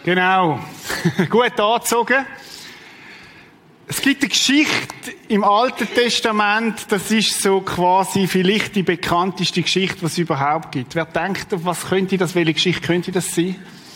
Genau. Gut angezogen. Es gibt eine Geschichte im Alten Testament, das ist so quasi vielleicht die bekannteste Geschichte, die es überhaupt gibt. Wer denkt, was könnte das, welche Geschichte könnte das sein?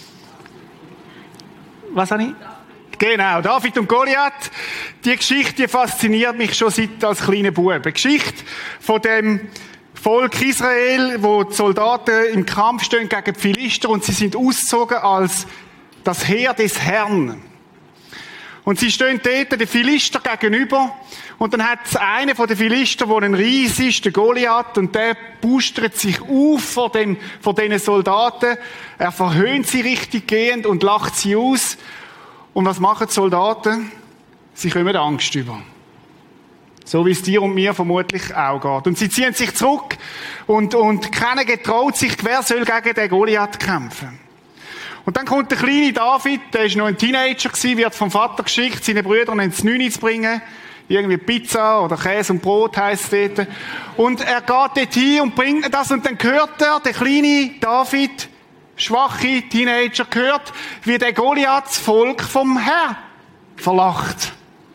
Was habe ich? Genau, David und Goliath. Die Geschichte, die fasziniert mich schon seit als kleiner Bub. Eine Geschichte von dem Volk Israel, wo die Soldaten im Kampf stehen gegen die Philister und sie sind ausgezogen als das Heer des Herrn. Und sie stehen dort den Philister gegenüber und dann hat es einen von den Philister, der ein Ries ist, der Goliath, und der pustert sich auf vor diesen Soldaten. Er verhöhnt sie richtig gehend und lacht sie aus. Und was machen die Soldaten? Sie kommen Angst über. So wie es dir und mir vermutlich auch geht. Und sie ziehen sich zurück und keiner getraut sich, wer soll gegen den Goliath kämpfen. Und dann kommt der kleine David, der ist noch ein Teenager gewesen, wird vom Vater geschickt, seinen Brüdern ins Nüni zu bringen. Irgendwie Pizza oder Käse und Brot heisst es dort. Und er geht dort hin und bringt das und dann hört er, der kleine David, schwache Teenager, hört, wie der Goliath das Volk vom Herrn verlacht.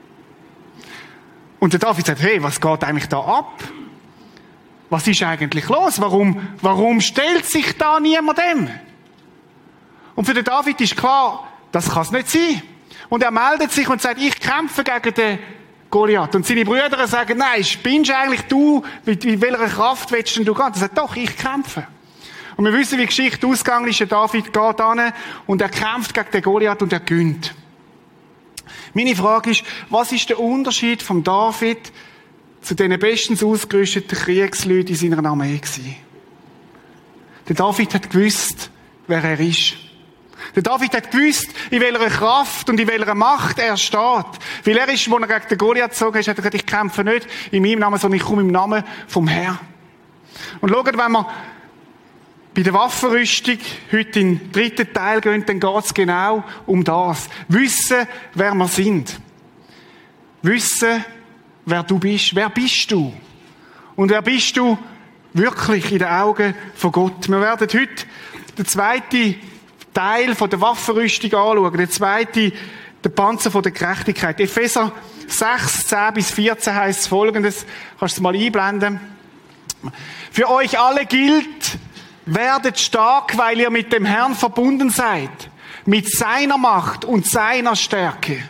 Und der David sagt, hey, was geht eigentlich da ab? Was ist eigentlich los? Warum stellt sich da niemand dem? Und für den David ist klar, das kann es nicht sein. Und er meldet sich und sagt, ich kämpfe gegen den Goliath. Und seine Brüder sagen, nein, spinnst eigentlich du? Mit welcher Kraft willst du gehen? Er sagt, doch, ich kämpfe. Und wir wissen, wie die Geschichte ausgegangen ist. Der David geht hin und er kämpft gegen den Goliath und er gewinnt. Meine Frage ist, was ist der Unterschied von David zu den bestens ausgerüsteten Kriegsleuten in seiner Armee gewesen? Der David hat gewusst, wer er ist. Der David hat gewusst, in welcher Kraft und in welcher Macht er steht. Weil er ist, als er gegen den Goliath gezogen ist, hat er gesagt, ich kämpfe nicht in meinem Namen, sondern ich komme im Namen vom Herrn. Und schaut, wenn wir bei der Waffenrüstung heute in den dritten Teil gehen, dann geht es genau um das. Wissen, wer wir sind. Wissen, wer du bist. Wer bist du? Und wer bist du wirklich in den Augen von Gott? Wir werden heute den zweiten Teil von der Waffenrüstung anschauen. Der zweite, der Panzer von der Gerechtigkeit. Epheser 6, 10 bis 14 heisst Folgendes. Kannst du es mal einblenden? Für euch alle gilt, werdet stark, weil ihr mit dem Herrn verbunden seid. Mit seiner Macht und seiner Stärke.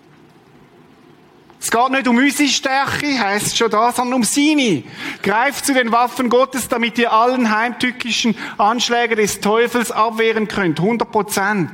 Es geht nicht um unsere Stärke, heisst schon da, sondern um seine. Greift zu den Waffen Gottes, damit ihr allen heimtückischen Anschläge des Teufels abwehren könnt. 100%.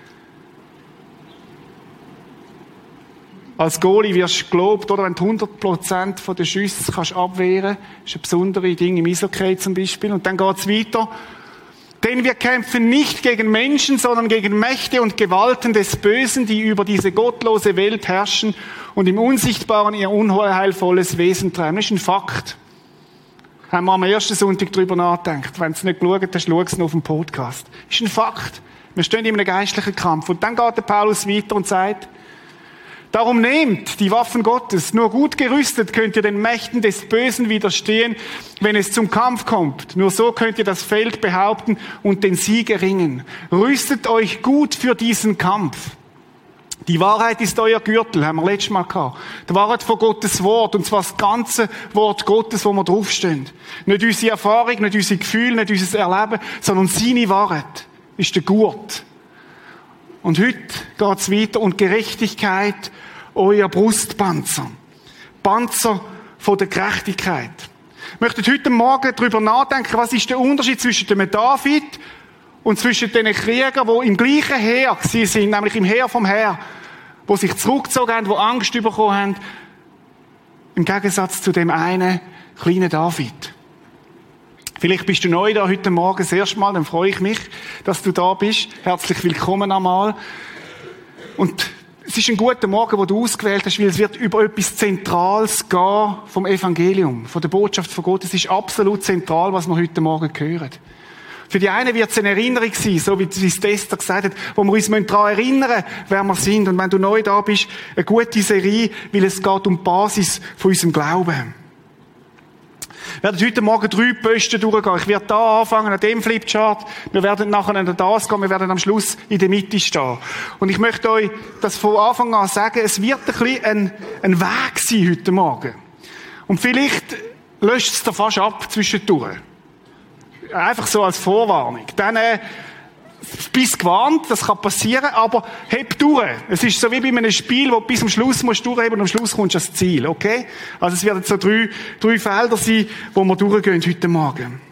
Als Goalie wirst du gelobt, oder? Wenn du 100% von den Schüssen kannst abwehren, ist ein besonderes Ding im Eishockey zum Beispiel. Und dann geht's weiter. Denn wir kämpfen nicht gegen Menschen, sondern gegen Mächte und Gewalten des Bösen, die über diese gottlose Welt herrschen und im Unsichtbaren ihr unheilvolles Wesen treiben. Das ist ein Fakt. Haben wir am ersten Sonntag darüber nachgedacht. Wenn du es nicht geschaut hast, schau es noch auf dem Podcast. Das ist ein Fakt. Wir stehen in einem geistlichen Kampf. Und dann geht der Paulus weiter und sagt, darum nehmt die Waffen Gottes. Nur gut gerüstet könnt ihr den Mächten des Bösen widerstehen, wenn es zum Kampf kommt. Nur so könnt ihr das Feld behaupten und den Sieg erringen. Rüstet euch gut für diesen Kampf. Die Wahrheit ist euer Gürtel, haben wir letztes Mal gehabt. Die Wahrheit von Gottes Wort, und zwar das ganze Wort Gottes, wo wir draufstehen. Nicht unsere Erfahrung, nicht unsere Gefühle, nicht unser Erleben, sondern seine Wahrheit ist der Gurt. Und heute geht's weiter und Gerechtigkeit, euer Brustpanzer. Panzer von der Gerechtigkeit. Ich möchte heute Morgen darüber nachdenken, was ist der Unterschied zwischen dem David und zwischen den Kriegern, die im gleichen Heer sind, nämlich im Heer vom Herr, die sich zurückgezogen haben, die Angst bekommen haben, im Gegensatz zu dem einen kleinen David. Vielleicht bist du neu da heute Morgen das erste Mal, dann freue ich mich, dass du da bist. Herzlich willkommen einmal. Und es ist ein guter Morgen, den du ausgewählt hast, weil es wird über etwas Zentrales gehen vom Evangelium, von der Botschaft von Gott. Es ist absolut zentral, was wir heute Morgen hören. Für die einen wird es eine Erinnerung sein, so wie es Esther gesagt hat, wo wir uns daran erinnern, wer wir sind. Und wenn du neu da bist, eine gute Serie, weil es geht um die Basis von unserem Glauben. Wir werden heute Morgen 3 Posten durchgehen. Ich werde da anfangen, an dem Flipchart. Wir werden nachher an das gehen. Wir werden am Schluss in der Mitte stehen. Und ich möchte euch das von Anfang an sagen, es wird ein bisschen ein Weg sein heute Morgen. Und vielleicht löscht es da fast ab zwischendurch. Einfach so als Vorwarnung. Dann, bist gewarnt, das kann passieren, aber heb durch. Es ist so wie bei einem Spiel, wo du bis zum Schluss musst durchheben und am Schluss kommst du ans Ziel, okay? Also es werden so drei Felder sein, wo wir durchgehen heute Morgen.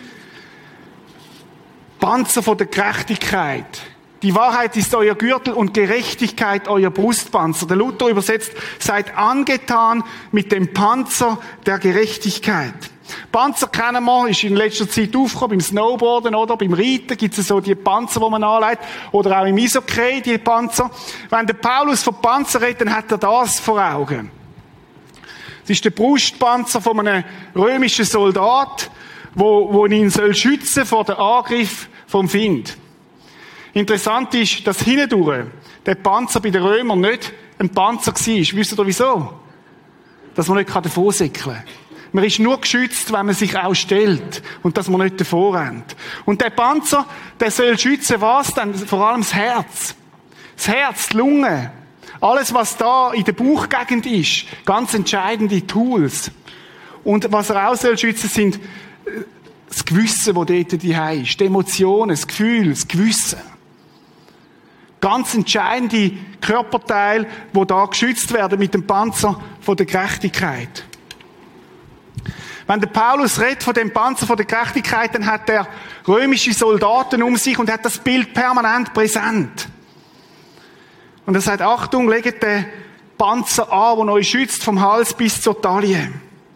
Panzer von der Gerechtigkeit. Die Wahrheit ist euer Gürtel und Gerechtigkeit euer Brustpanzer. Der Luther übersetzt, seid angetan mit dem Panzer der Gerechtigkeit. Panzer kennen wir, ist in letzter Zeit aufgekommen, beim Snowboarden oder beim Reiten gibt es so die Panzer, die man anlegt, oder auch im Eishockey, die Panzer. Wenn der Paulus von Panzer redet, dann hat er das vor Augen. Es ist der Brustpanzer von einem römischen Soldat, wo ihn soll schützen vor dem Angriff vom Feind. Interessant ist, dass hindurch der Panzer bei den Römern nicht ein Panzer war. Wisst ihr wieso? Dass man nicht davonsäckeln kann. Man ist nur geschützt, wenn man sich auch stellt. Und dass man nicht davor rennt. Und der Panzer, der soll schützen was denn? Vor allem das Herz. Das Herz, die Lunge. Alles, was da in der Bauchgegend ist. Ganz entscheidende Tools. Und was er auch soll schützen, sind das Gewissen, das dort daheim ist. Die Emotionen, das Gefühl, das Gewissen. Ganz entscheidende Körperteile, die da geschützt werden mit dem Panzer von der Gerechtigkeit. Wenn der Paulus redet von dem Panzer von der Gerechtigkeit, dann hat er römische Soldaten um sich und hat das Bild permanent präsent. Und er sagt, Achtung, legt den Panzer an, der euch schützt, vom Hals bis zur Taille.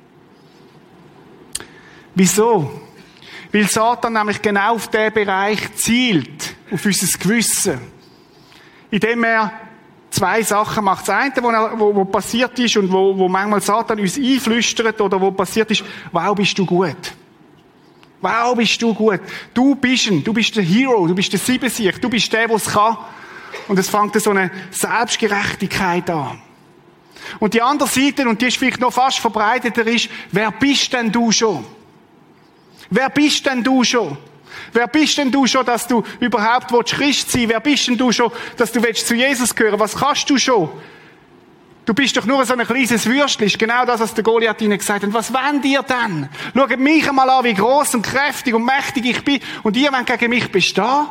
Wieso? Weil Satan nämlich genau auf diesen Bereich zielt, auf unser Gewissen. Indem er 2 Sachen macht. Das eine, wo passiert ist und wo manchmal Satan uns einflüstert oder wo passiert ist, wow, bist du gut. Wow, bist du gut. Du bist der Hero, du bist der Siebensieg, du bist der, der es kann. Und es fängt so eine Selbstgerechtigkeit an. Und die andere Seite, und die ist vielleicht noch fast verbreiteter, ist, wer bist denn du schon? Wer bist denn du schon? Wer bist denn du schon, dass du überhaupt Christ sein willst? Wer bist denn du schon, dass du zu Jesus gehören? Was kannst du schon? Du bist doch nur so ein kleines Würstchen. Ist genau das, was der Goliath ihnen gesagt hat. Und was wollt ihr denn? Schaut mich einmal an, wie gross und kräftig und mächtig ich bin. Und ihr wollt gegen mich bestehen?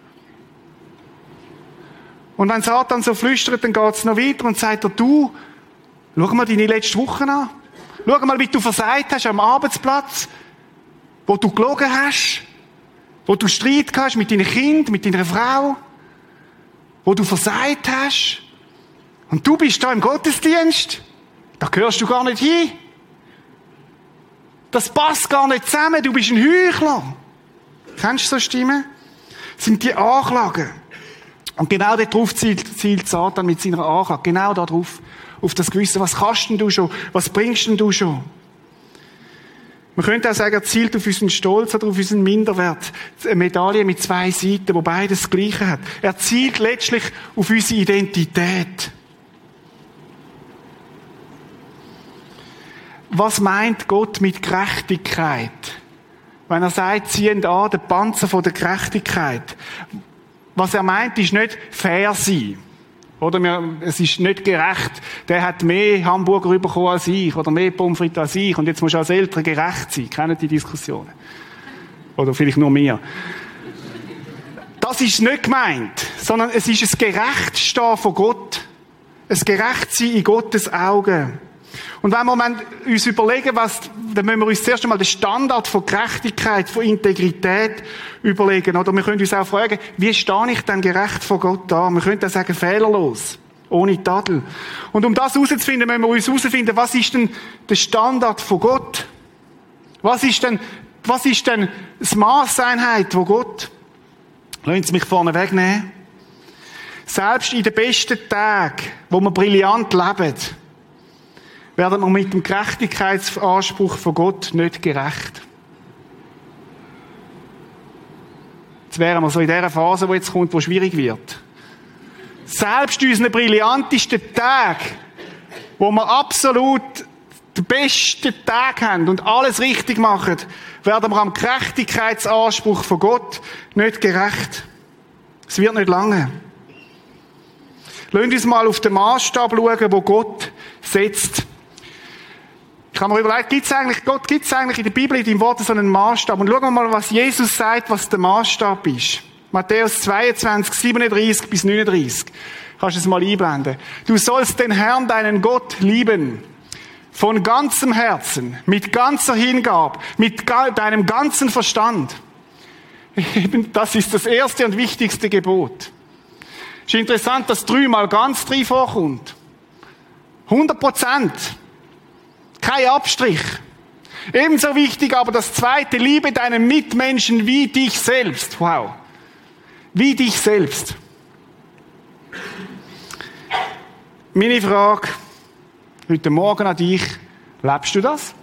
Und wenn Satan so flüstert, dann geht es noch weiter und sagt er, du, schau mal deine letzte Woche an. Schau mal, wie du versagt hast am Arbeitsplatz, wo du gelogen hast. Wo du Streit hast mit deinem Kind, mit deiner Frau, wo du versagt hast. Und du bist da im Gottesdienst. Da gehörst du gar nicht hin. Das passt gar nicht zusammen. Du bist ein Heuchler. Kennst du so Stimmen? Das sind die Anklagen. Und genau darauf zielt Satan mit seiner Anklage. Genau darauf. Auf das Gewissen. Was kannst denn du schon? Was bringst denn du schon? Man könnte auch sagen, er zielt auf unseren Stolz oder auf unseren Minderwert. Eine Medaille mit 2 Seiten, wo beides das Gleiche hat. Er zielt letztlich auf unsere Identität. Was meint Gott mit Gerechtigkeit? Wenn er sagt, ziehen an den Panzer von der Gerechtigkeit. Was er meint, ist nicht fair sein. Oder es ist nicht gerecht. Der hat mehr Hamburger bekommen als ich oder mehr Pommes frites als ich und jetzt muss als Eltern gerecht sein. Kennen die Diskussionen? Oder vielleicht nur mir. Das ist nicht gemeint, sondern es ist ein Gerechtstehen von Gott. Ein Gerechtsein in Gottes Augen. Und wenn wir uns überlegen, dann müssen wir uns zuerst einmal den Standard von Gerechtigkeit, von Integrität überlegen. Oder wir können uns auch fragen, wie stehe ich denn gerecht vor Gott da? Wir können auch sagen, fehlerlos, ohne Tadel. Und um das herauszufinden, müssen wir uns herausfinden, was ist denn der Standard von Gott? Was ist denn das Maßeinheit von Gott? Lassen Sie mich vorne wegnehmen. Selbst in den besten Tagen, wo wir brillant leben, werden wir mit dem Gerechtigkeitsanspruch von Gott nicht gerecht. Jetzt wären wir so in dieser Phase, die jetzt kommt, wo schwierig wird. Selbst in unseren brillantesten Tagen, wo wir absolut den besten Tag haben und alles richtig machen, werden wir am Gerechtigkeitsanspruch von Gott nicht gerecht. Es wird nicht lange. Lasst uns mal auf den Maßstab schauen, wo Gott setzt. Ich habe mir überlegt, gibt es eigentlich in der Bibel, in deinem Wort so einen Maßstab? Und schauen wir mal, was Jesus sagt, was der Maßstab ist. Matthäus 22, 37 bis 39. Kannst du es mal einblenden. Du sollst den Herrn, deinen Gott, lieben. Von ganzem Herzen, mit ganzer Hingabe, mit deinem ganzen Verstand. Das ist das erste und wichtigste Gebot. Es ist interessant, dass 3-mal ganz drin vorkommt. 100%. Kein Abstrich. Ebenso wichtig aber das zweite, liebe deinen Mitmenschen wie dich selbst. Wow. Wie dich selbst. Meine Frage heute Morgen an dich, lebst du das?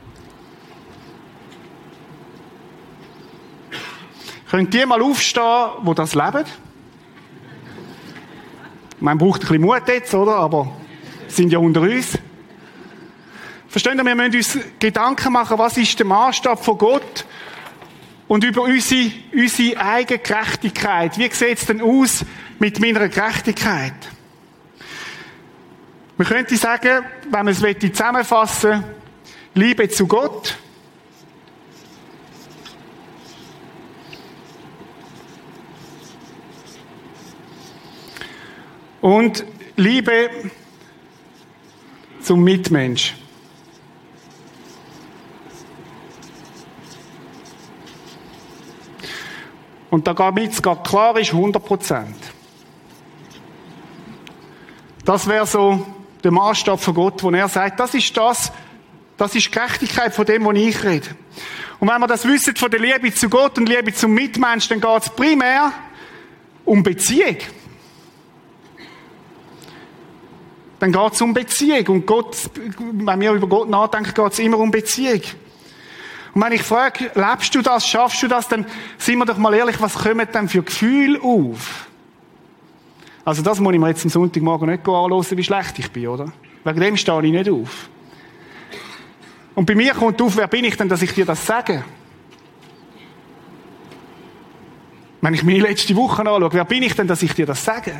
Könnt ihr mal aufstehen, die das leben? Man braucht ein bisschen Mut jetzt, oder? Aber sind ja unter uns. Versteht ihr, wir müssen uns Gedanken machen, was ist der Maßstab von Gott und über unsere eigene Gerechtigkeit. Wie sieht es denn aus mit meiner Gerechtigkeit? Man könnte sagen, wenn man es zusammenfassen will, Liebe zu Gott, und Liebe zum Mitmensch. Und damit es gerade klar ist, 100%. Das wäre so der Maßstab von Gott, wo er sagt, das ist Gerechtigkeit von dem, was ich rede. Und wenn wir das wissen von der Liebe zu Gott und Liebe zum Mitmensch, dann geht es primär um Beziehung. Dann geht es um Beziehung. Und Gott, wenn wir über Gott nachdenken, geht es immer um Beziehung. Und wenn ich frage, lebst du das, schaffst du das, dann sind wir doch mal ehrlich, was kommen denn für Gefühle auf? Also das muss ich mir jetzt am Sonntagmorgen nicht anhören, wie schlecht ich bin, oder? Wegen dem stehe ich nicht auf. Und bei mir kommt auf, wer bin ich denn, dass ich dir das sage? Wenn ich meine letzte Woche anschaue, wer bin ich denn, dass ich dir das sage?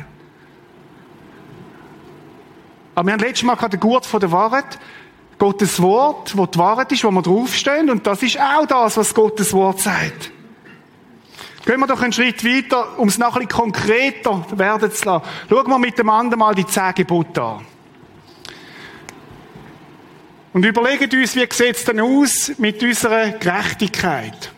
Aber wir haben letztes Mal den Gurt von der Wahrheit, Gottes Wort, wo die Wahrheit ist, wo wir draufstehen, und das ist auch das, was Gottes Wort sagt. Gehen wir doch einen Schritt weiter, um es noch ein bisschen konkreter werden zu lassen. Schauen wir mit dem anderen mal die 10 Gebote an. Und überlegen uns, wie sieht es denn aus mit unserer Gerechtigkeit?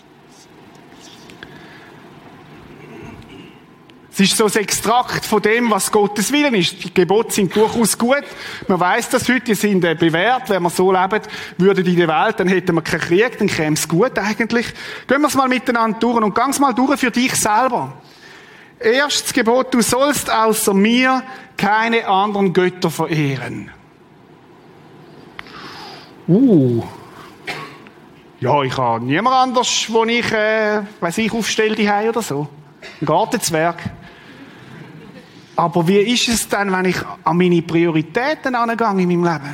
Es ist so ein Extrakt von dem, was Gottes Willen ist. Die Gebote sind durchaus gut. Man weiss das heute, die sind bewährt. Wenn wir so leben würden in der Welt, dann hätten wir keinen Krieg, dann käme es gut eigentlich. Gehen wir es mal miteinander durch und gehen es mal durch für dich selber. Erstes Gebot, du sollst außer mir keine anderen Götter verehren. Ja, ich habe niemand anders, wo ich aufstelle die Hause oder so. Ein Gartenzwerg. Aber wie ist es denn, wenn ich an meine Prioritäten angehe in meinem Leben?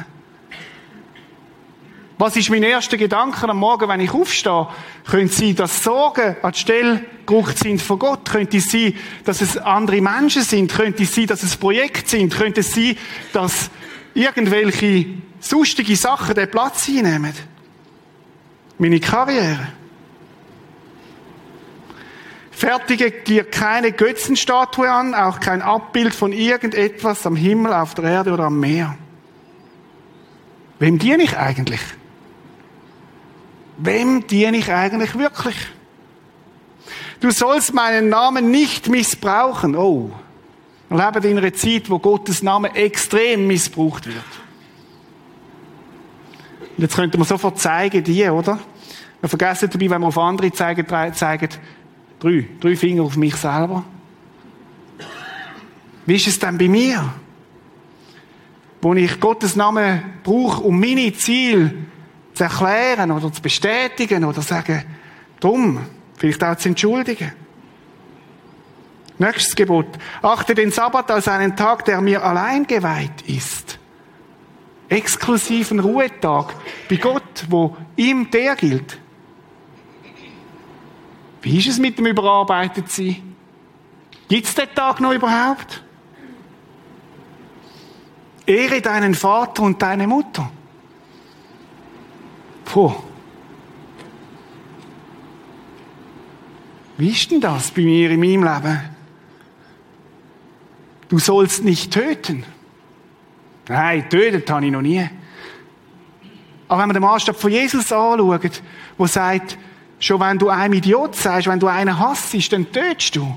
Was ist mein erster Gedanke am Morgen, wenn ich aufstehe? Könnte es sein, dass Sorgen an die Stelle gerückt sind von Gott? Könnte es sein, dass es andere Menschen sind? Könnte es sein, dass es Projekte sind? Könnte es sein, dass irgendwelche sonstige Sachen den Platz einnehmen? Meine Karriere. Fertige dir keine Götzenstatue an, auch kein Abbild von irgendetwas am Himmel, auf der Erde oder am Meer. Wem diene ich eigentlich? Wem diene ich eigentlich wirklich? Du sollst meinen Namen nicht missbrauchen. Oh, wir leben in einer Zeit, wo Gottes Name extrem missbraucht wird. Und jetzt könnte man sofort zeigen, oder? Wir vergessen dabei, wenn wir auf andere zeigen, drei Finger auf mich selber. Wie ist es denn bei mir? Wo ich Gottes Namen brauche, um meine Ziele zu erklären oder zu bestätigen oder zu sagen, drum, vielleicht auch zu entschuldigen. Nächstes Gebot. Achte den Sabbat als einen Tag, der mir allein geweiht ist. exklusiven Ruhetag bei Gott, wo ihm der gilt. Wie ist es mit dem Überarbeitetsein? Gibt es den Tag noch überhaupt? Ehre deinen Vater und deine Mutter. Puh. Wie ist denn das bei mir in meinem Leben? Du sollst nicht töten. Nein, tötet habe ich noch nie. Aber wenn wir den Maßstab von Jesus anschauen, der sagt, schon wenn du einem Idiot sagst, wenn du einen hassest, dann tötest du.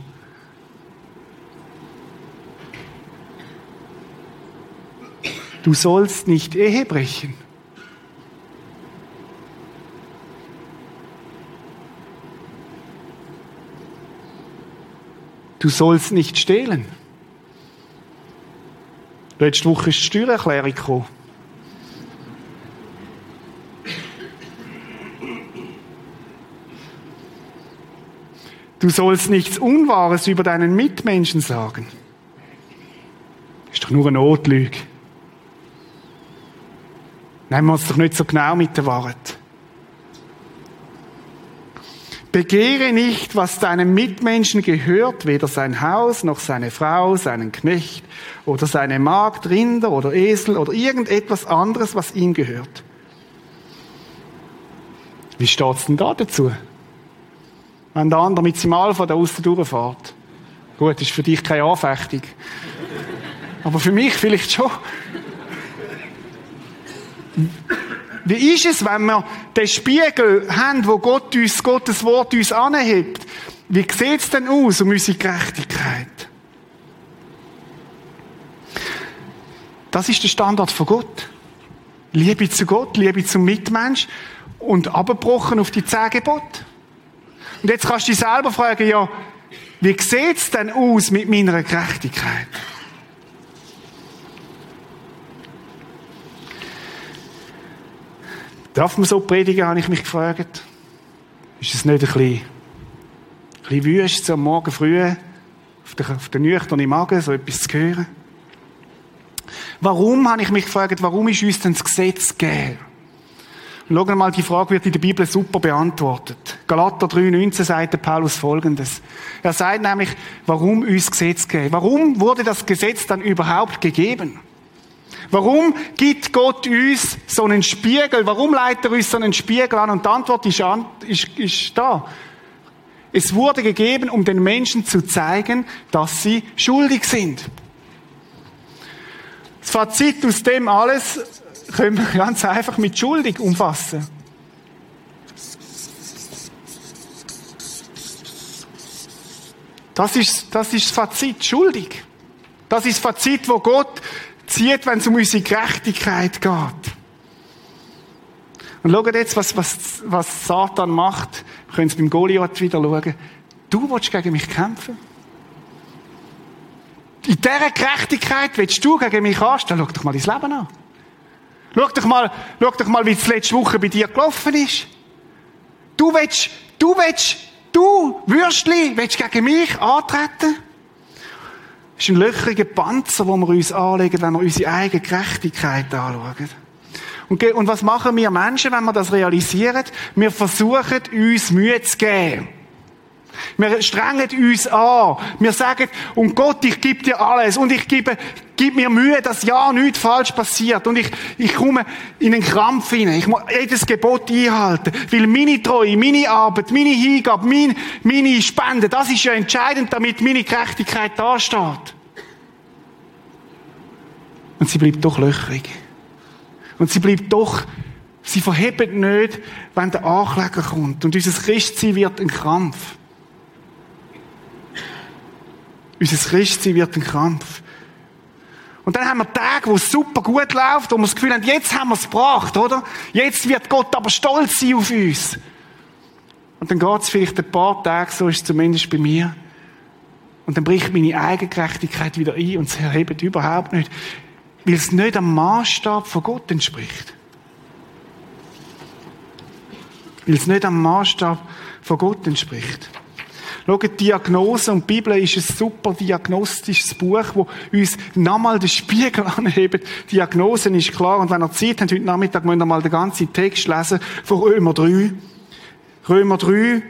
Du sollst nicht Ehe brechen. Du sollst nicht stehlen. Letzte Woche ist die Steuererklärung gekommen. Du sollst nichts Unwahres über deinen Mitmenschen sagen. Das ist doch nur eine Notlüge. Nehmen wir uns doch nicht so genau mit der Wahrheit. Begehre nicht, was deinem Mitmenschen gehört, weder sein Haus, noch seine Frau, seinen Knecht oder seine Magd, Rinder oder Esel oder irgendetwas anderes, was ihm gehört. Wie steht's denn da dazu? Wenn der andere mit seinem Alpha da aussen durchfährt. Gut, ist für dich keine Anfechtung. Aber für mich vielleicht schon. Wie ist es, wenn wir den Spiegel haben, wo Gottes Wort uns anhebt? Wie sieht es denn aus um unsere Gerechtigkeit? Das ist der Standard von Gott. Liebe zu Gott, Liebe zum Mitmensch und abgebrochen auf die 10 Gebote. Und jetzt kannst du dich selber fragen, ja, wie sieht es denn aus mit meiner Gerechtigkeit? Darf man so predigen, habe ich mich gefragt. Ist es nicht ein bisschen wüst, so am Morgen früh auf den nüchternen Magen so etwas zu hören? Warum, habe ich mich gefragt, warum ist uns denn das Gesetz gegeben? Und schau mal, die Frage wird in der Bibel super beantwortet. Galater 3,19 sagt der Paulus Folgendes. Er sagt nämlich, warum uns das Gesetz gegeben? Warum wurde das Gesetz dann überhaupt gegeben? Warum gibt Gott uns so einen Spiegel? Warum leitet er uns so einen Spiegel an? Und die Antwort ist da. Es wurde gegeben, um den Menschen zu zeigen, dass sie schuldig sind. Das Fazit aus dem alles können wir ganz einfach mit schuldig umfassen. Das ist das Fazit, schuldig. Das ist das Fazit, wo Gott zieht, wenn es um unsere Gerechtigkeit geht. Und schaut jetzt, was Satan macht. Wir können es beim Goliath wieder schauen. Du willst gegen mich kämpfen? In dieser Gerechtigkeit willst du gegen mich anstehen? Schau doch mal dein Leben an. Schau doch mal, wie es letzte Woche bei dir gelaufen ist. Du Würstli, willst gegen mich antreten? Das ist ein löchriger Panzer, den wir uns anlegen, wenn wir unsere eigene Gerechtigkeit anschauen. Und was machen wir Menschen, wenn wir das realisieren? Wir versuchen, uns Mühe zu geben. Wir strengen uns an. Wir sagen, und Gott, ich gebe dir alles. Und ich gebe mir Mühe, dass ja nichts falsch passiert. Und ich komme in einen Krampf hinein. Ich muss jedes Gebot einhalten. Weil meine Treue, meine Arbeit, meine Hingabe, meine Spende, das ist ja entscheidend, damit meine Gerechtigkeit dasteht. Und sie bleibt doch löchrig. Und sie verhebt nicht, wenn der Ankläger kommt. Und unser Christsein wird ein Krampf. Unser Christsein wird ein Krampf. Und dann haben wir Tage, wo es super gut läuft, wo wir das Gefühl haben, jetzt haben wir es gebracht, oder? Jetzt wird Gott aber stolz sein auf uns. Und dann geht es vielleicht ein paar Tage, so ist es zumindest bei mir. Und dann bricht meine eigene Gerechtigkeit wieder ein und es erhebt überhaupt nicht. Weil es nicht am Maßstab von Gott entspricht. Weil es nicht am Maßstab von Gott entspricht. Schaut, die Diagnose und die Bibel ist ein super diagnostisches Buch, das uns nochmal den Spiegel anhebt. Die Diagnose ist klar. Und wenn ihr Zeit habt, heute Nachmittag müsst ihr mal den ganzen Text lesen von Römer 3. Römer 3,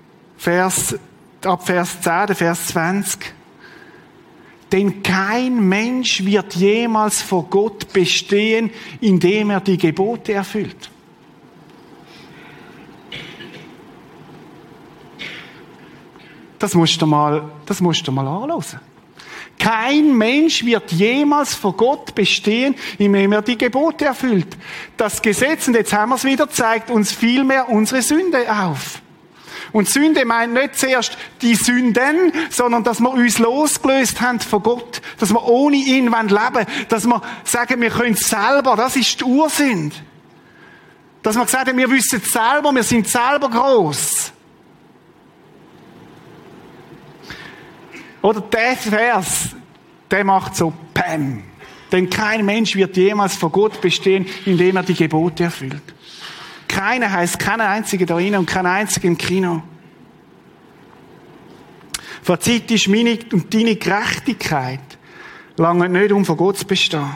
ab Vers 10, Vers 20. Denn kein Mensch wird jemals vor Gott bestehen, indem er die Gebote erfüllt. Das musst du mal anhören. Kein Mensch wird jemals vor Gott bestehen, indem er die Gebote erfüllt. Das Gesetz, und jetzt haben wir es wieder, zeigt uns vielmehr unsere Sünde auf. Und Sünde meint nicht zuerst die Sünden, sondern dass wir uns losgelöst haben von Gott. Dass wir ohne ihn leben wollen. Dass wir sagen, wir können es selber. Das ist die Ursünde. Dass wir gesagt haben, wir wissen es selber, wir sind selber gross. Oder der Vers, der macht so Pam. Denn kein Mensch wird jemals vor Gott bestehen, indem er die Gebote erfüllt. Keiner heisst kein einziger da rein und kein einziger im Kino. Fazit ist, meine und deine Gerechtigkeit lange nicht, um vor Gott zu bestehen.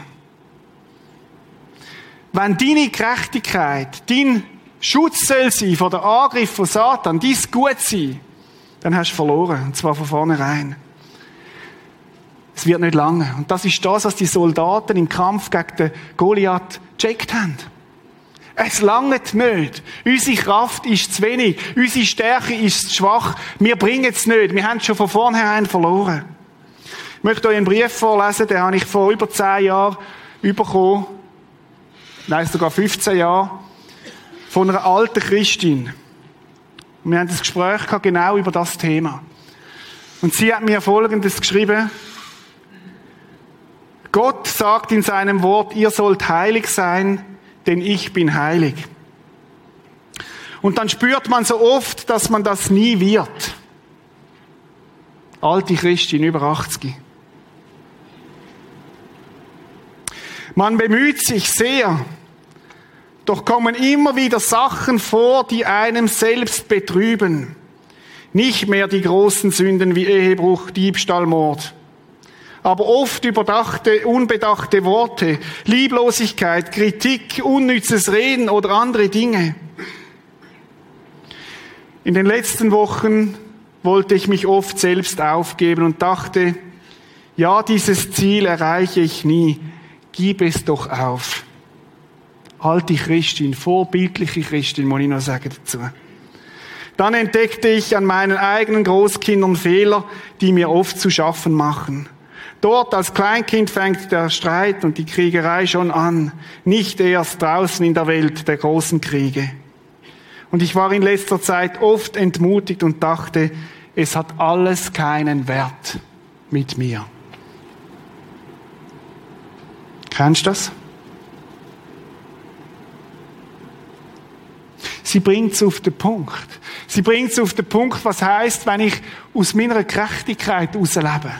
Wenn deine Gerechtigkeit dein Schutz soll sein vor dem Angriff von Satan, dein Gutsein, dann hast du verloren. Und zwar von vornherein. Es wird nicht lange. Und das ist das, was die Soldaten im Kampf gegen den Goliath gecheckt haben. Es langt nicht. Unsere Kraft ist zu wenig. Unsere Stärke ist zu schwach. Wir bringen es nicht. Wir haben es schon von vornherein verloren. Ich möchte euch einen Brief vorlesen, den habe ich vor über 10 Jahren bekommen. Nein, sogar 15 Jahren. Von einer alten Christin. Und wir haben das Gespräch gehabt, genau über das Thema. Und sie hat mir Folgendes geschrieben. Gott sagt in seinem Wort, ihr sollt heilig sein, denn ich bin heilig. Und dann spürt man so oft, dass man das nie wird. Alte Christin, über 80. Man bemüht sich sehr, doch kommen immer wieder Sachen vor, die einem selbst betrüben. Nicht mehr die großen Sünden wie Ehebruch, Diebstahl, Mord. Aber oft überdachte, unbedachte Worte, Lieblosigkeit, Kritik, unnützes Reden oder andere Dinge. In den letzten Wochen wollte ich mich oft selbst aufgeben und dachte, ja, dieses Ziel erreiche ich nie. Gib es doch auf. Alte Christin, vorbildliche Christin, muss ich noch sagen dazu. Dann entdeckte ich an meinen eigenen Großkindern Fehler, die mir oft zu schaffen machen. Dort als Kleinkind fängt der Streit und die Kriegerei schon an, nicht erst draußen in der Welt der großen Kriege. Und ich war in letzter Zeit oft entmutigt und dachte, es hat alles keinen Wert mit mir. Kennst du das? Sie bringt es auf den Punkt. Sie bringt es auf den Punkt, was heisst, wenn ich aus meiner Gerechtigkeit herauslebe.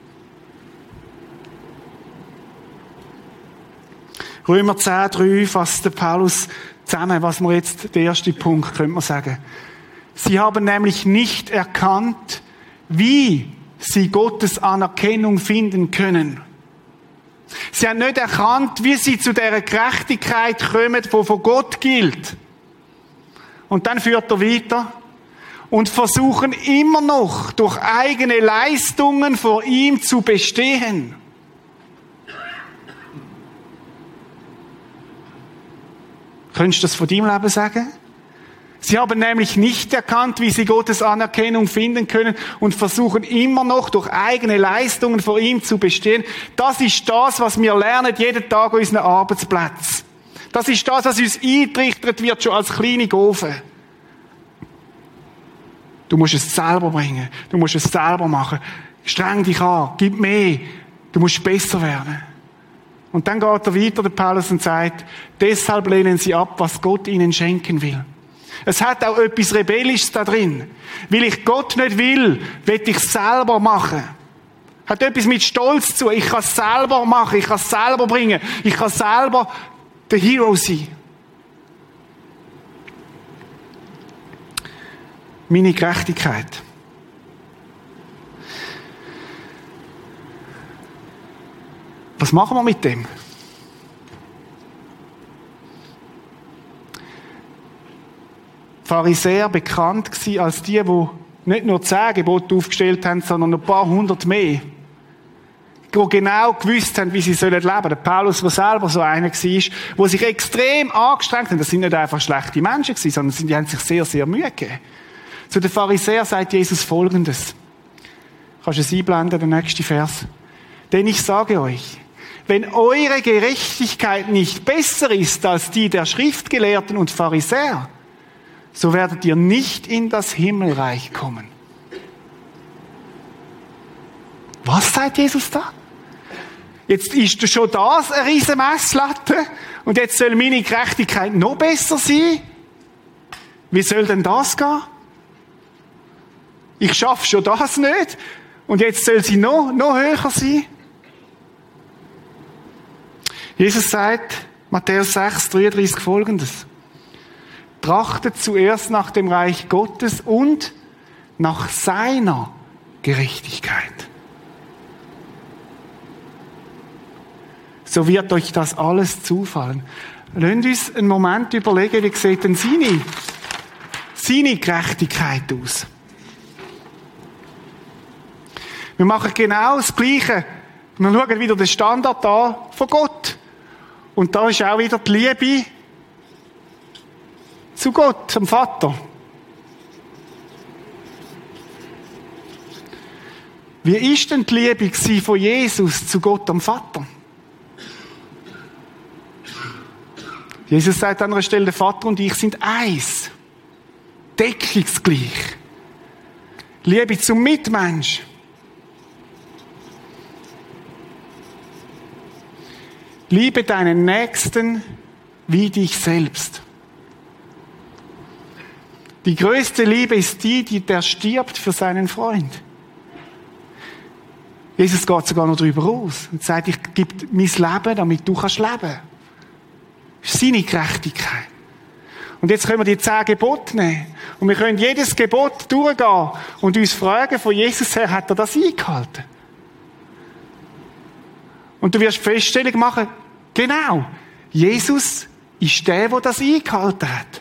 Römer 10,3 fasst der Paulus zusammen, was wir jetzt, der erste Punkt, könnte man sagen. Sie haben nämlich nicht erkannt, wie sie Gottes Anerkennung finden können. Sie haben nicht erkannt, wie sie zu dieser Gerechtigkeit kommen, die von Gott gilt. Und dann führt er weiter und versuchen immer noch durch eigene Leistungen vor ihm zu bestehen. Könntest du das von deinem Leben sagen? Sie haben nämlich nicht erkannt, wie sie Gottes Anerkennung finden können und versuchen immer noch durch eigene Leistungen vor ihm zu bestehen. Das ist das, was wir lernen jeden Tag an unseren Arbeitsplätzen. Das ist das, was uns eingetrichtert wird, schon als kleine Gofen. Du musst es selber bringen. Du musst es selber machen. Streng dich an. Gib mehr. Du musst besser werden. Und dann geht er weiter, der Paulus, und sagt, deshalb lehnen sie ab, was Gott ihnen schenken will. Es hat auch etwas Rebellisches da drin. Weil ich Gott nicht will ich es selber machen. Hat etwas mit Stolz zu. Ich kann es selber machen. Ich kann es selber bringen. Ich kann selber der Hero sein. Meine Gerechtigkeit. Was machen wir mit dem? Pharisäer bekannt gewesen als die nicht nur 10 Gebote aufgestellt haben, sondern ein paar hundert mehr. Die genau gewusst haben, wie sie leben sollen. Der Paulus, der selber so einer war, der sich extrem angestrengt hat. Das sind nicht einfach schlechte Menschen gewesen, sondern die haben sich sehr, sehr Mühe gegeben. Zu den Pharisäern sagt Jesus Folgendes. Kannst du es einblenden, der nächste Vers? Denn ich sage euch, wenn eure Gerechtigkeit nicht besser ist als die der Schriftgelehrten und Pharisäer, so werdet ihr nicht in das Himmelreich kommen. Was sagt Jesus da? Jetzt ist schon das eine riesen Messlatte und jetzt soll meine Gerechtigkeit noch besser sein? Wie soll denn das gehen? Ich schaffe schon das nicht und jetzt soll sie noch höher sein? Jesus sagt, Matthäus 6, 33 Folgendes. Trachtet zuerst nach dem Reich Gottes und nach seiner Gerechtigkeit. So wird euch das alles zufallen. Lasst uns einen Moment überlegen, wie sieht denn seine Gerechtigkeit aus? Wir machen genau das Gleiche. Wir schauen wieder den Standard an von Gott. Und da ist auch wieder die Liebe zu Gott, zum Vater. Wie ist denn die Liebe von Jesus zu Gott, am Vater? Jesus sagt an einer Stelle, der Vater und ich sind eins. Deckungsgleich. Liebe zum Mitmensch. Liebe deinen Nächsten wie dich selbst. Die größte Liebe ist die, der stirbt für seinen Freund. Jesus geht sogar noch darüber aus und sagt, ich gebe mein Leben, damit du kannst leben. Das ist seine Gerechtigkeit. Und jetzt können wir die 10 Gebote nehmen. Und wir können jedes Gebot durchgehen und uns fragen, von Jesus her, hat er das eingehalten? Und du wirst Feststellung machen, genau, Jesus ist der das eingehalten hat.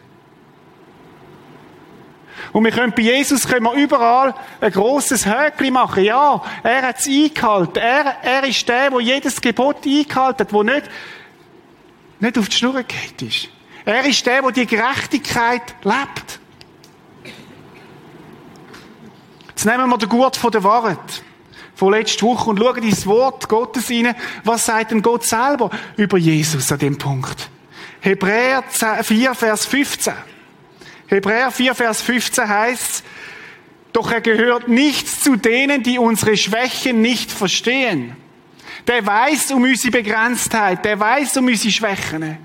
Und wir können bei Jesus überall ein grosses Häkchen machen. Ja, er hat es eingehalten. Er ist der jedes Gebot eingehalten hat, der nicht auf die Schnur geht ist. Er ist der die Gerechtigkeit lebt. Jetzt nehmen wir den Gurt von der Wahrheit von letzter Woche und schauen ins Wort Gottes rein. Was sagt denn Gott selber über Jesus an dem Punkt? Hebräer 4, Vers 15. Hebräer 4, Vers 15 heißt, doch er gehört nicht zu denen, die unsere Schwächen nicht verstehen. Der weiß um unsere Begrenztheit, der weiß um unsere Schwächen.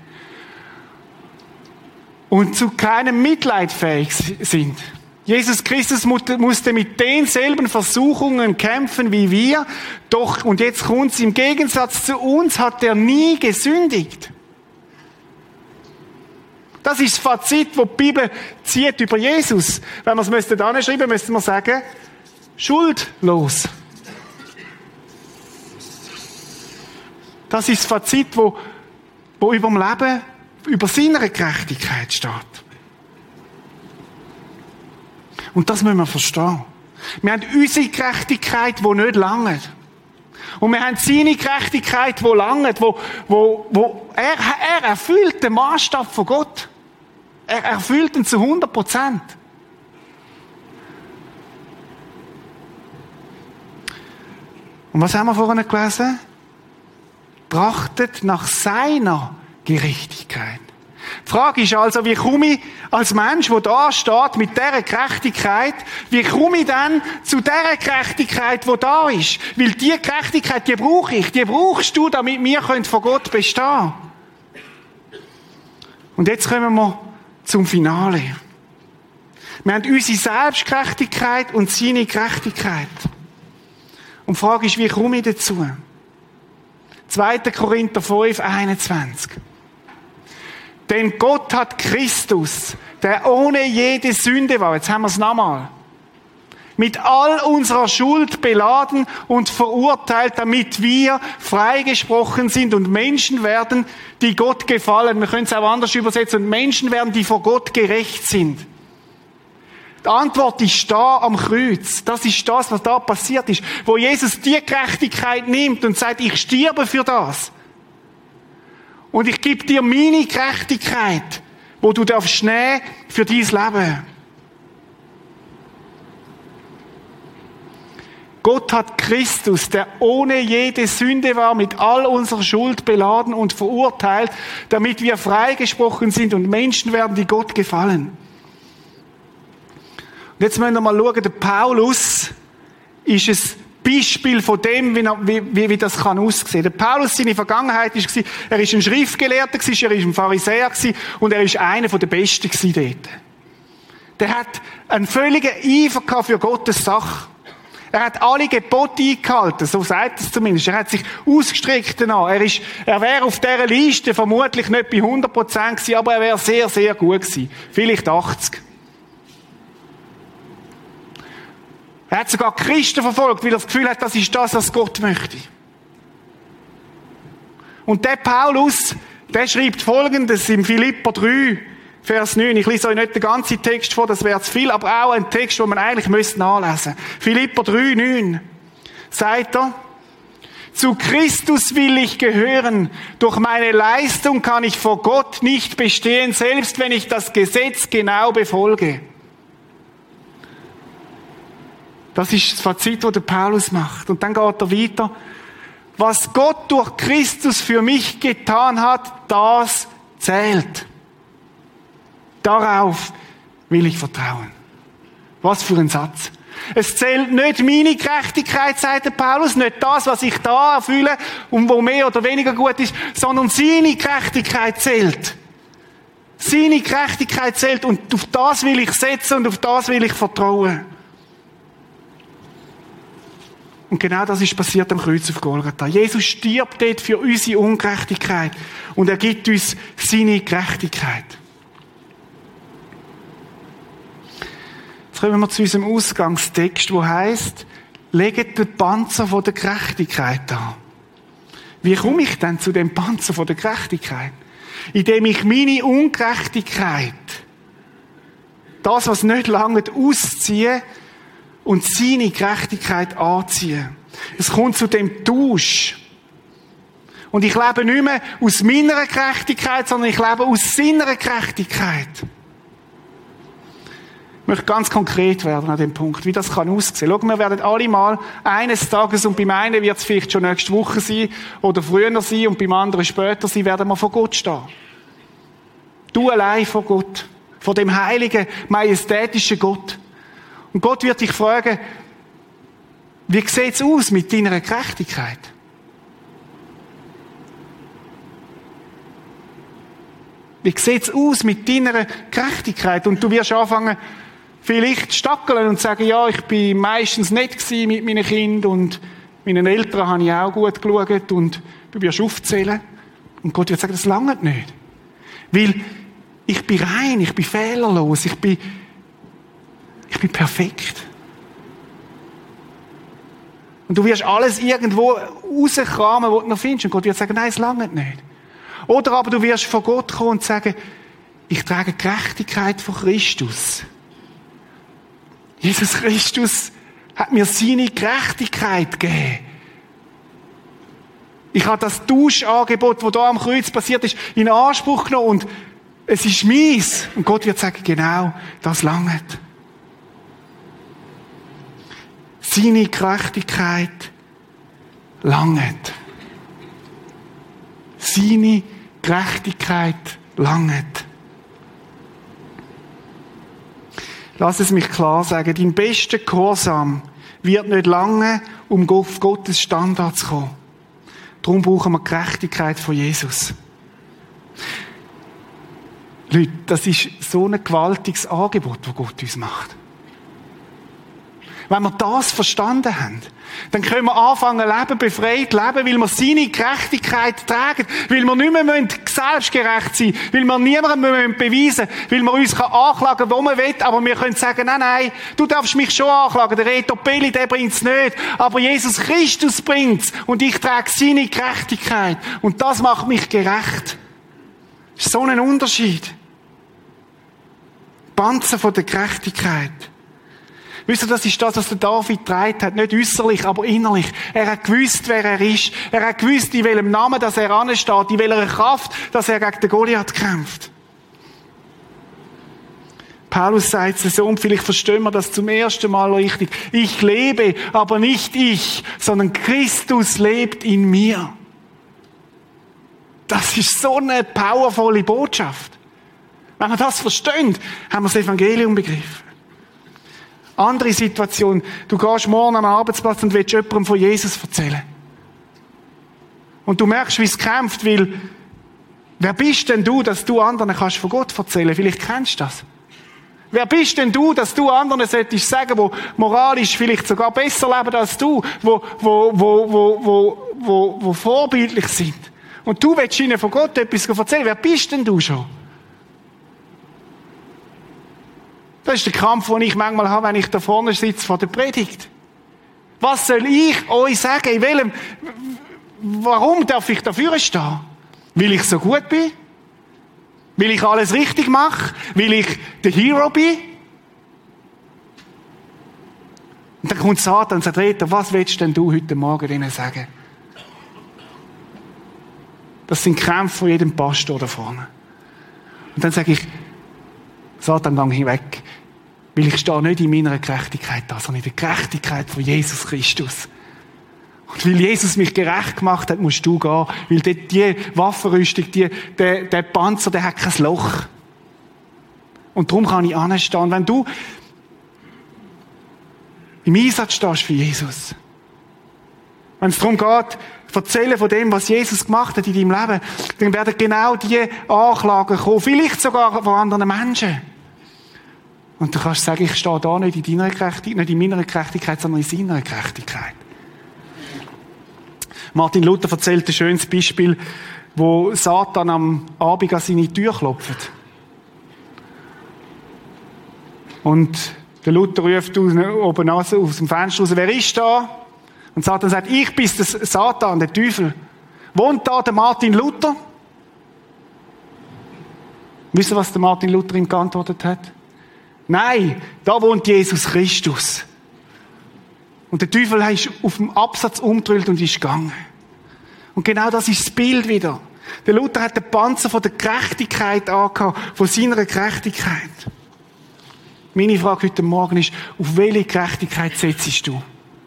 Und zu keinem Mitleid fähig sind. Jesus Christus musste mit denselben Versuchungen kämpfen wie wir, doch, und jetzt kommt's, im Gegensatz zu uns hat er nie gesündigt. Das ist das Fazit, das die Bibel zieht über Jesus. Wenn wir es anschreiben müssten wir sagen, schuldlos. Das ist das Fazit, wo über dem Leben, über seine Gerechtigkeit steht. Und das müssen wir verstehen. Wir haben unsere Gerechtigkeit, die nicht langt. Und wir haben seine Gerechtigkeit, die langt, wo er erfüllt den Maßstab von Gott. Er erfüllt ihn zu 100%. Und was haben wir vorhin gelesen? Trachtet nach seiner Gerechtigkeit. Die Frage ist also, wie komme ich als Mensch, der da steht, mit dieser Gerechtigkeit, wie komme ich dann zu dieser Gerechtigkeit, die da ist? Weil diese Gerechtigkeit, die brauche ich, die brauchst du, damit wir vor Gott bestehen können. Und jetzt kommen wir zum Finale. Wir haben unsere Selbstgerechtigkeit und seine Gerechtigkeit. Und die Frage ist, wie komme ich dazu? 2. Korinther 5, 21. Denn Gott hat Christus, der ohne jede Sünde war, jetzt haben wir es nochmal. Mit all unserer Schuld beladen und verurteilt, damit wir freigesprochen sind und Menschen werden, die Gott gefallen. Wir können es auch anders übersetzen. Und Menschen werden, die vor Gott gerecht sind. Die Antwort ist da am Kreuz. Das ist das, was da passiert ist. Wo Jesus die Gerechtigkeit nimmt und sagt, ich sterbe für das. Und ich gebe dir meine Gerechtigkeit, wo du darfst nehmen für dein Leben. Gott hat Christus, der ohne jede Sünde war, mit all unserer Schuld beladen und verurteilt, damit wir freigesprochen sind und Menschen werden, die Gott gefallen. Und jetzt müssen wir mal schauen, der Paulus ist ein Beispiel von dem, wie das kann aussehen. Der Paulus, seine Vergangenheit war, er war ein Schriftgelehrter, er war ein Pharisäer und er war einer der Besten dort. Der hat einen völligen Eifer für Gottes Sache. Er hat alle Gebote eingehalten, so sagt es zumindest. Er hat sich ausgestreckt danach. Er wäre auf dieser Liste vermutlich nicht bei 100% gewesen, aber er wäre sehr, sehr gut gewesen. Vielleicht 80%. Er hat sogar Christen verfolgt, weil er das Gefühl hat, das ist das, was Gott möchte. Und der Paulus, der schreibt Folgendes im Philipper 3, Vers 9. Ich lese euch nicht den ganzen Text vor, das wäre zu viel, aber auch ein Text, den man eigentlich nachlesen müsste. Philipper 3, 9. Sagt er, zu Christus will ich gehören. Durch meine Leistung kann ich vor Gott nicht bestehen, selbst wenn ich das Gesetz genau befolge. Das ist das Fazit, das der Paulus macht. Und dann geht er weiter. Was Gott durch Christus für mich getan hat, das zählt. Darauf will ich vertrauen. Was für ein Satz. Es zählt nicht meine Gerechtigkeit, sagt der Paulus, nicht das, was ich da erfülle und wo mehr oder weniger gut ist, sondern seine Gerechtigkeit zählt. Seine Gerechtigkeit zählt und auf das will ich setzen und auf das will ich vertrauen. Und genau das ist passiert am Kreuz auf Golgatha. Jesus stirbt dort für unsere Ungerechtigkeit und er gibt uns seine Gerechtigkeit. Jetzt kommen wir zu unserem Ausgangstext, wo heißt: Legt den Panzer von der Gerechtigkeit an. Wie komme ich denn zu dem Panzer von der Gerechtigkeit? Indem ich meine Ungerechtigkeit, das, was nicht lange ausziehe, und seine Gerechtigkeit anziehen. Es kommt zu dem Tausch. Und ich lebe nicht mehr aus meiner Gerechtigkeit, sondern ich lebe aus seiner Gerechtigkeit. Ich möchte ganz konkret werden an dem Punkt, wie das kann aussehen. Schau, wir werden alle mal eines Tages, und beim einen wird es vielleicht schon nächste Woche sein, oder früher sein, und beim anderen später sein, werden wir vor Gott stehen. Du allein vor Gott. Vor dem heiligen, majestätischen Gott. Und Gott wird dich fragen, wie sieht es aus mit deiner Gerechtigkeit? Wie sieht es aus mit deiner Gerechtigkeit? Und du wirst anfangen, vielleicht stackeln und sagen, ja, ich bin meistens nett gewesen mit meinen Kindern und meinen Eltern habe ich auch gut geschaut und du wirst aufzählen. Und Gott wird sagen, das langt nicht. Weil ich bin rein, ich bin fehlerlos, ich bin perfekt. Und du wirst alles irgendwo rauskramen, was du noch findest. Und Gott wird sagen, nein, es langt nicht. Oder aber du wirst vor Gott kommen und sagen, ich trage Gerechtigkeit von Christus. Jesus Christus hat mir seine Gerechtigkeit gegeben. Ich habe das Tauschangebot, das da am Kreuz passiert ist, in Anspruch genommen und es ist meins. Und Gott wird sagen, genau, das langt. Seine Gerechtigkeit langt. Seine Gerechtigkeit langt. Lass es mich klar sagen, dein bester Gehorsam wird nicht lange, um auf Gottes Standard zu kommen. Darum brauchen wir die Gerechtigkeit von Jesus. Leute, das ist so ein gewaltiges Angebot, das Gott uns macht. Wenn wir das verstanden haben, dann können wir anfangen, leben, befreit leben, weil wir seine Gerechtigkeit tragen, weil wir nicht mehr selbstgerecht sein müssen, weil wir niemandem beweisen müssen, weil wir uns anklagen können, wo wir wollen, aber wir können sagen, nein, du darfst mich schon anklagen, der Reto Pelli, der bringt es nicht, aber Jesus Christus bringt es und ich trage seine Gerechtigkeit und das macht mich gerecht. Das ist so ein Unterschied. Panzer von der Gerechtigkeit. Wisst ihr, das ist das, was der David getragen hat. Nicht äußerlich, aber innerlich. Er hat gewusst, wer er ist. Er hat gewusst, in welchem Namen dass er ansteht, in welcher Kraft, dass er gegen den Goliath kämpft. Paulus sagt es so, und vielleicht verstehen wir das zum ersten Mal richtig. Ich lebe, aber nicht ich, sondern Christus lebt in mir. Das ist so eine powervolle Botschaft. Wenn wir das verstehen, haben wir das Evangelium begriffen. Andere Situation. Du gehst morgen am Arbeitsplatz und willst jemandem von Jesus erzählen. Und du merkst, wie es kämpft, weil, wer bist denn du, dass du anderen kannst von Gott erzählen? Vielleicht kennst du das. Wer bist denn du, dass du anderen solltest sagen, wo moralisch vielleicht sogar besser leben als du, wo vorbildlich sind? Und du willst ihnen von Gott etwas erzählen. Wer bist denn du schon? Das ist der Kampf, den ich manchmal habe, wenn ich da vorne sitze vor der Predigt. Was soll ich euch sagen? Warum darf ich dafür stehen? Weil ich so gut bin? Weil ich alles richtig mache? Weil ich der Hero bin? Und dann kommt Satan und sagt, Reto, was willst denn du heute Morgen ihnen sagen? Das sind Kämpfe von jedem Pastor da vorne. Und dann sage ich, Satan, geh hinweg. Weil ich stehe nicht in meiner Gerechtigkeit da, sondern in der Gerechtigkeit von Jesus Christus. Und weil Jesus mich gerecht gemacht hat, musst du gehen. Weil die Waffenrüstung, der Panzer, der hat kein Loch. Und darum kann ich anstehen. Wenn du im Einsatz stehst für Jesus, wenn es darum geht, erzählen von dem, was Jesus gemacht hat in deinem Leben, dann werden genau die Anklagen kommen. Vielleicht sogar von anderen Menschen. Und du kannst sagen, ich stehe da nicht in deiner Gerechtigkeit, nicht in meiner Gerechtigkeit, sondern in seiner Gerechtigkeit. Martin Luther erzählt ein schönes Beispiel, wo Satan am Abend an seine Tür klopft. Und der Luther ruft oben aus dem Fenster raus, wer ist da? Und Satan sagt, ich bin der Satan, der Teufel. Wohnt da der Martin Luther? Wisst ihr, was der Martin Luther ihm geantwortet hat? Nein, da wohnt Jesus Christus. Und der Teufel ist auf dem Absatz umgedrillt und ist gegangen. Und genau das ist das Bild wieder. Der Luther hat den Panzer von der Gerechtigkeit angehabt, von seiner Gerechtigkeit. Meine Frage heute Morgen ist, auf welche Gerechtigkeit setzt du?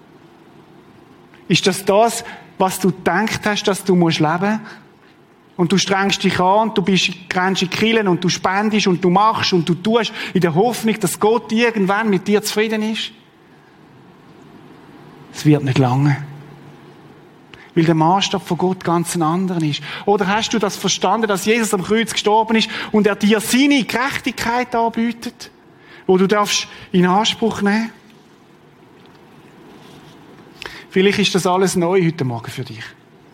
Ist das, was du gedacht hast, dass du leben musst? Und du strengst dich an und du rennst in die Kirche und du spendest und du machst und du tust in der Hoffnung, dass Gott irgendwann mit dir zufrieden ist? Es wird nicht lange. Weil der Maßstab von Gott ganz ein anderer ist. Oder hast du das verstanden, dass Jesus am Kreuz gestorben ist und er dir seine Gerechtigkeit anbietet, wo du darfst in Anspruch nehmen? Vielleicht ist das alles neu heute Morgen für dich.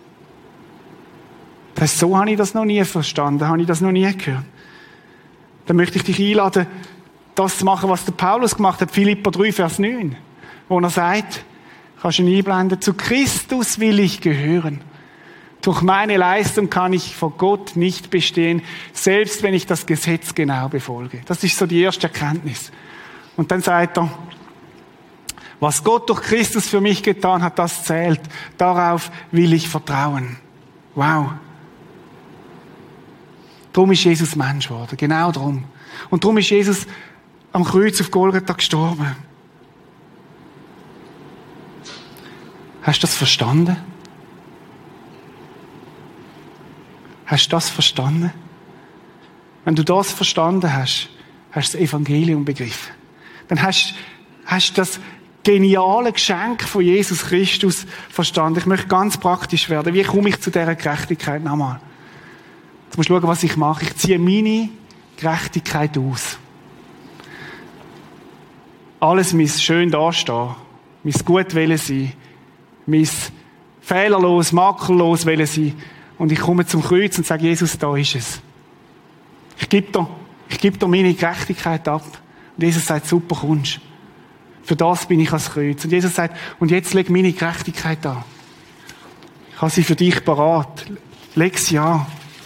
So habe ich das noch nie verstanden, habe ich das noch nie gehört. Dann möchte ich dich einladen, das zu machen, was der Paulus gemacht hat, Philipper 3, Vers 9, wo er sagt, kannst du ihn einblenden, zu Christus will ich gehören. Durch meine Leistung kann ich vor Gott nicht bestehen, selbst wenn ich das Gesetz genau befolge. Das ist so die erste Erkenntnis. Und dann sagt er, was Gott durch Christus für mich getan hat, das zählt. Darauf will ich vertrauen. Wow. Darum ist Jesus Mensch geworden. Genau darum. Und darum ist Jesus am Kreuz auf Golgatha gestorben. Hast du das verstanden? Hast du das verstanden? Wenn du das verstanden hast, hast du das Evangelium begriffen. Dann hast du das geniale Geschenk von Jesus Christus verstanden. Ich möchte ganz praktisch werden. Wie komme ich zu dieser Gerechtigkeit nochmal? Jetzt musst du schauen, was ich mache. Ich ziehe meine Gerechtigkeit aus. alles muss schön dastehen, muss gut wollen sein, muss fehlerlos, makellos wollen sein. Und ich komme zum Kreuz und sage, Jesus, da ist es. Ich gebe dir meine Gerechtigkeit ab. Und Jesus sagt, super, kommst. Für das bin ich ans Kreuz. Und Jesus sagt, und jetzt leg meine Gerechtigkeit an. Ich habe sie für dich parat. Leg sie an.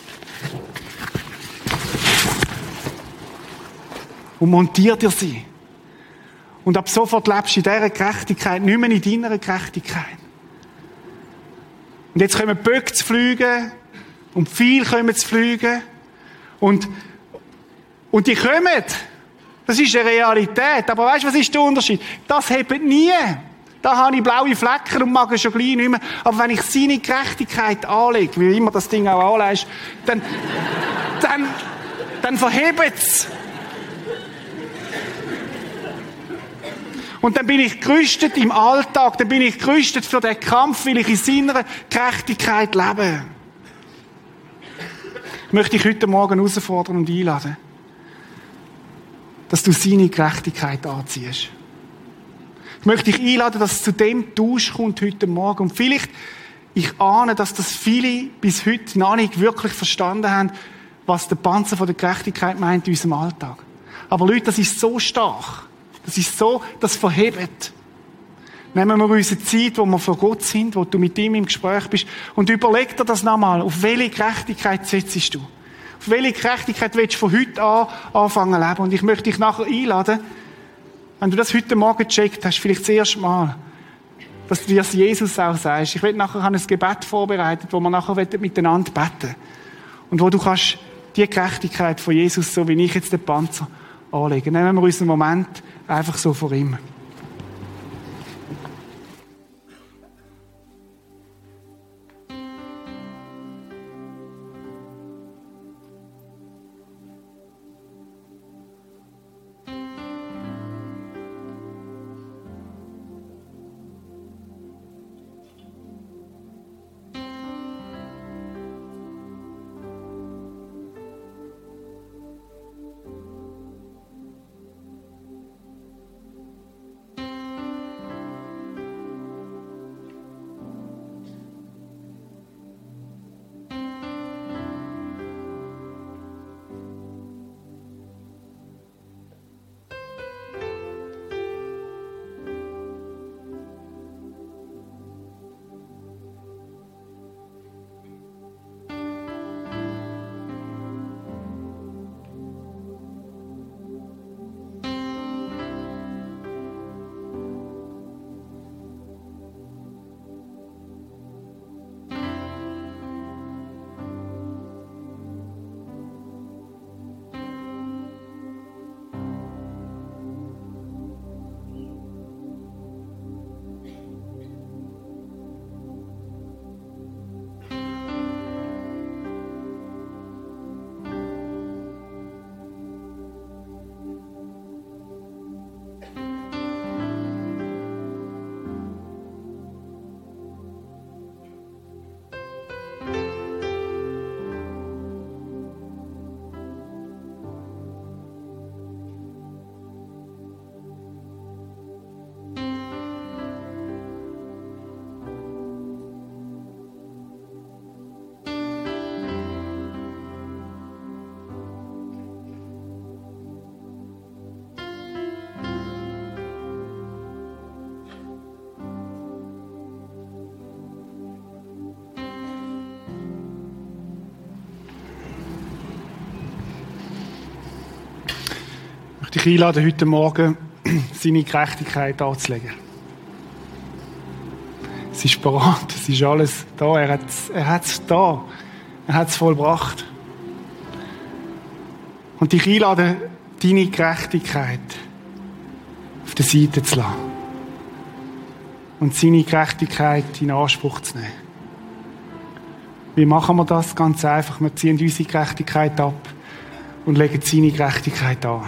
Und montier dir sie. Und ab sofort lebst du in dieser Gerechtigkeit, nicht mehr in deiner Gerechtigkeit. Und jetzt kommen Böcke zu fliegen und viele kommen zu fliegen und die kommen. Das ist eine Realität. Aber weißt du, was ist der Unterschied? Das hebt nie. Da habe ich blaue Flecken und mag es schon gleich nicht mehr. Aber wenn ich seine Gerechtigkeit anlege, wie immer das Ding auch anlegst, dann verhebt es. Und dann bin ich gerüstet im Alltag, dann bin ich gerüstet für den Kampf, weil ich in seiner Gerechtigkeit lebe. Ich möchte dich heute Morgen herausfordern und einladen, dass du seine Gerechtigkeit anziehst. Ich möchte dich einladen, dass es zu dem Tausch kommt heute Morgen. Und vielleicht, ich ahne, dass das viele bis heute noch nicht wirklich verstanden haben, was der Panzer von der Gerechtigkeit meint in unserem Alltag. Aber Leute, das ist so stark. Das ist so, das verhebt. Nehmen wir unsere Zeit, wo wir vor Gott sind, wo du mit ihm im Gespräch bist, und überleg dir das nochmal. Auf welche Gerechtigkeit setzt du? Auf welche Gerechtigkeit willst du von heute an anfangen zu leben? Und ich möchte dich nachher einladen, wenn du das heute Morgen gecheckt hast, vielleicht das erste Mal, dass du dir das Jesus auch sagst. Ich werde nachher ein Gebet vorbereitet, wo wir nachher miteinander beten. Und wo du kannst die Gerechtigkeit von Jesus, so wie ich jetzt den Panzer, anlegen. Nehmen wir unseren Moment einfach so vor ihm. Dich einladen, heute Morgen seine Gerechtigkeit anzulegen. Es ist bereit, es ist alles da, er hat es da, er hat es vollbracht. Und dich einladen, deine Gerechtigkeit auf der Seite zu lassen. Und seine Gerechtigkeit in Anspruch zu nehmen. Wie machen wir das? Ganz einfach, wir ziehen unsere Gerechtigkeit ab und legen seine Gerechtigkeit an.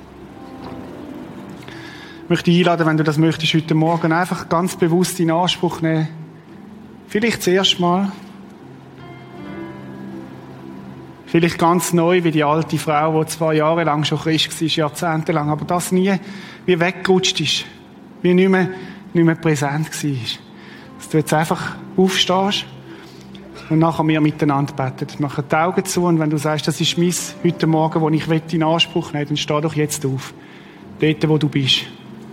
Ich möchte dich einladen, wenn du das möchtest, heute Morgen einfach ganz bewusst in Anspruch nehmen. Vielleicht das erste Mal. Vielleicht ganz neu wie die alte Frau, die 2 Jahre lang schon Christ war, jahrzehntelang, aber das nie wie weggerutscht ist, wie nicht mehr präsent war. Dass du jetzt einfach aufstehst und nachher wir miteinander beten. Mach die Augen zu und wenn du sagst, das ist mein heute Morgen, wo ich in Anspruch nehmen will, dann steh doch jetzt auf. Dort, wo du bist.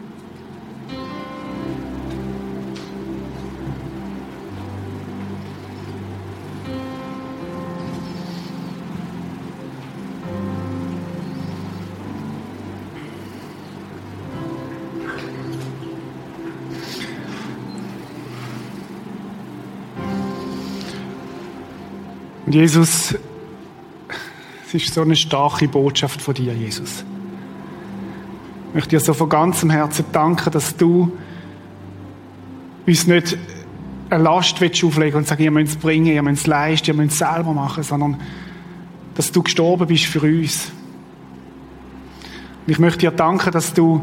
Und Jesus, es ist so eine starke Botschaft von dir, Jesus. Ich möchte dir so von ganzem Herzen danken, dass du uns nicht eine Last auflegen und sagen, ihr müsst es bringen, ihr müsst es leisten, ihr müsst es selber machen, sondern dass du gestorben bist für uns. Und ich möchte dir danken, dass wir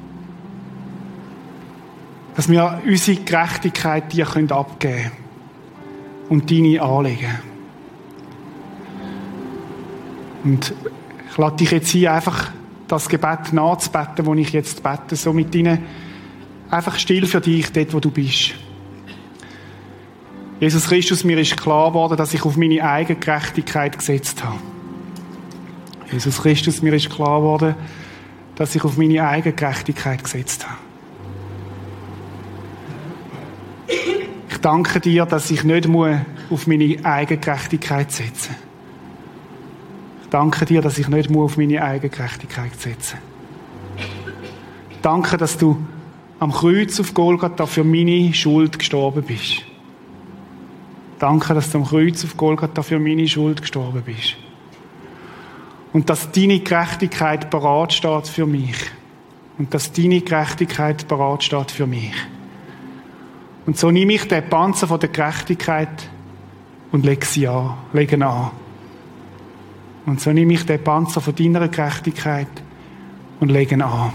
unsere Gerechtigkeit dir abgeben können und deine anlegen. Und ich lade dich jetzt hier einfach das Gebet nachzubeten, das ich jetzt bete, so mit deinen, einfach still für dich, dort wo du bist. Jesus Christus, mir ist klar geworden, dass ich auf meine eigene Gerechtigkeit gesetzt habe. Jesus Christus, mir ist klar geworden, dass ich auf meine eigene Gerechtigkeit gesetzt habe. Ich danke dir, dass ich nicht auf meine eigene Gerechtigkeit setzen muss. Danke dir, dass ich nicht auf meine eigene Gerechtigkeit setze. Danke, dass du am Kreuz auf Golgatha für meine Schuld gestorben bist. Danke, dass du am Kreuz auf Golgatha für meine Schuld gestorben bist. Und dass deine Gerechtigkeit parat steht für mich. Und dass deine Gerechtigkeit parat steht für mich. Und so nehme ich den Panzer von der Gerechtigkeit und lege ihn an. Und so nehme ich den Panzer von deiner Gerechtigkeit und lege ihn an.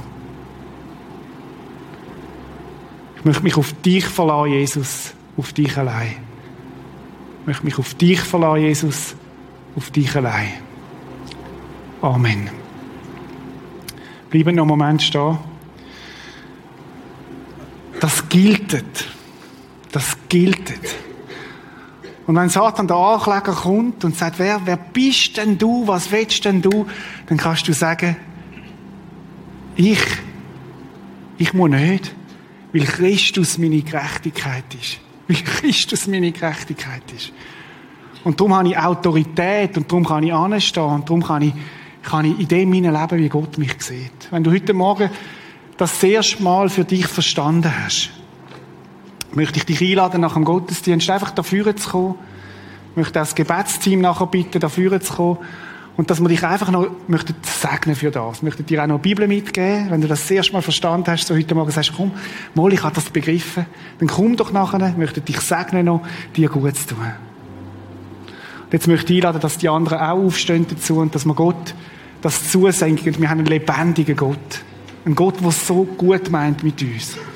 Ich möchte mich auf dich verlassen, Jesus, auf dich allein. Ich möchte mich auf dich verlassen, Jesus, auf dich allein. Amen. Bleiben noch einen Moment stehen. Das gilt. Das gilt. Und wenn Satan, der Ankläger, kommt und sagt, wer bist denn du, was willst denn du, dann kannst du sagen, ich muss nicht, weil Christus meine Gerechtigkeit ist. Weil Christus meine Gerechtigkeit ist. Und darum habe ich Autorität und darum kann ich anstehen und darum kann ich in dem leben, wie Gott mich sieht. Wenn du heute Morgen das erste Mal für dich verstanden hast, möchte ich dich einladen, nach dem Gottesdienst einfach dafür zu kommen. Ich möchte das Gebetsteam nachher bitten, dafür zu kommen. Und dass wir dich einfach noch segnen für das. Ich möchte dir auch noch eine Bibel mitgeben. Wenn du das erste Mal verstanden hast, so heute Morgen sagst, komm, mal, ich habe das begriffen. Dann komm doch nachher. Ich möchte dich segnen noch, dir gut zu tun. Und jetzt möchte ich einladen, dass die anderen auch aufstehen dazu und dass wir Gott das zusenken. Wir haben einen lebendigen Gott. Einen Gott, der so gut meint mit uns.